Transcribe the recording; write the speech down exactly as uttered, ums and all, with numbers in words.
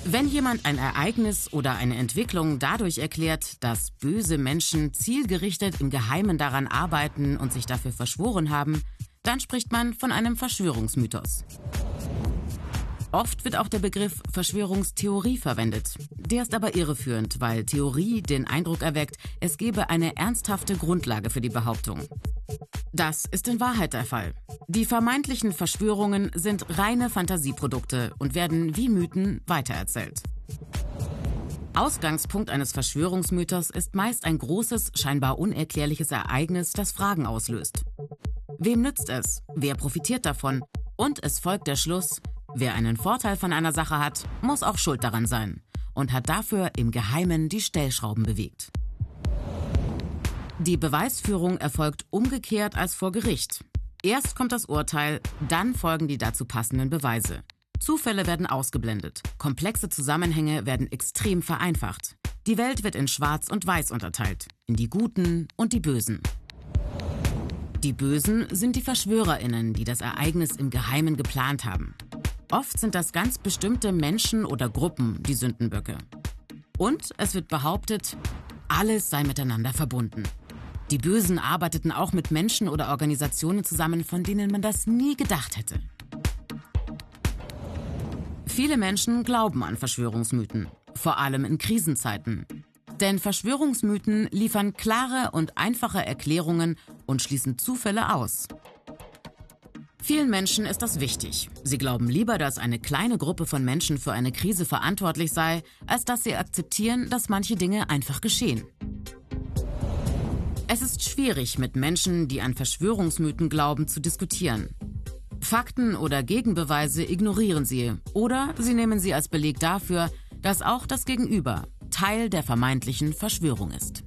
Wenn jemand ein Ereignis oder eine Entwicklung dadurch erklärt, dass böse Menschen zielgerichtet im Geheimen daran arbeiten und sich dafür verschworen haben, dann spricht man von einem Verschwörungsmythos. Oft wird auch der Begriff Verschwörungstheorie verwendet. Der ist aber irreführend, weil Theorie den Eindruck erweckt, es gebe eine ernsthafte Grundlage für die Behauptung. Das ist in Wahrheit der Fall. Die vermeintlichen Verschwörungen sind reine Fantasieprodukte und werden wie Mythen weitererzählt. Ausgangspunkt eines Verschwörungsmythos ist meist ein großes, scheinbar unerklärliches Ereignis, das Fragen auslöst. Wem nützt es? Wer profitiert davon? Und es folgt der Schluss: Wer einen Vorteil von einer Sache hat, muss auch schuld daran sein und hat dafür im Geheimen die Stellschrauben bewegt. Die Beweisführung erfolgt umgekehrt als vor Gericht. Erst kommt das Urteil, dann folgen die dazu passenden Beweise. Zufälle werden ausgeblendet, komplexe Zusammenhänge werden extrem vereinfacht. Die Welt wird in Schwarz und Weiß unterteilt, in die Guten und die Bösen. Die Bösen sind die VerschwörerInnen, die das Ereignis im Geheimen geplant haben. Oft sind das ganz bestimmte Menschen oder Gruppen die Sündenböcke. Und es wird behauptet, alles sei miteinander verbunden. Die Bösen arbeiteten auch mit Menschen oder Organisationen zusammen, von denen man das nie gedacht hätte. Viele Menschen glauben an Verschwörungsmythen, vor allem in Krisenzeiten. Denn Verschwörungsmythen liefern klare und einfache Erklärungen und schließen Zufälle aus. Vielen Menschen ist das wichtig. Sie glauben lieber, dass eine kleine Gruppe von Menschen für eine Krise verantwortlich sei, als dass sie akzeptieren, dass manche Dinge einfach geschehen. Es ist schwierig, mit Menschen, die an Verschwörungsmythen glauben, zu diskutieren. Fakten oder Gegenbeweise ignorieren sie oder sie nehmen sie als Beleg dafür, dass auch das Gegenüber Teil der vermeintlichen Verschwörung ist.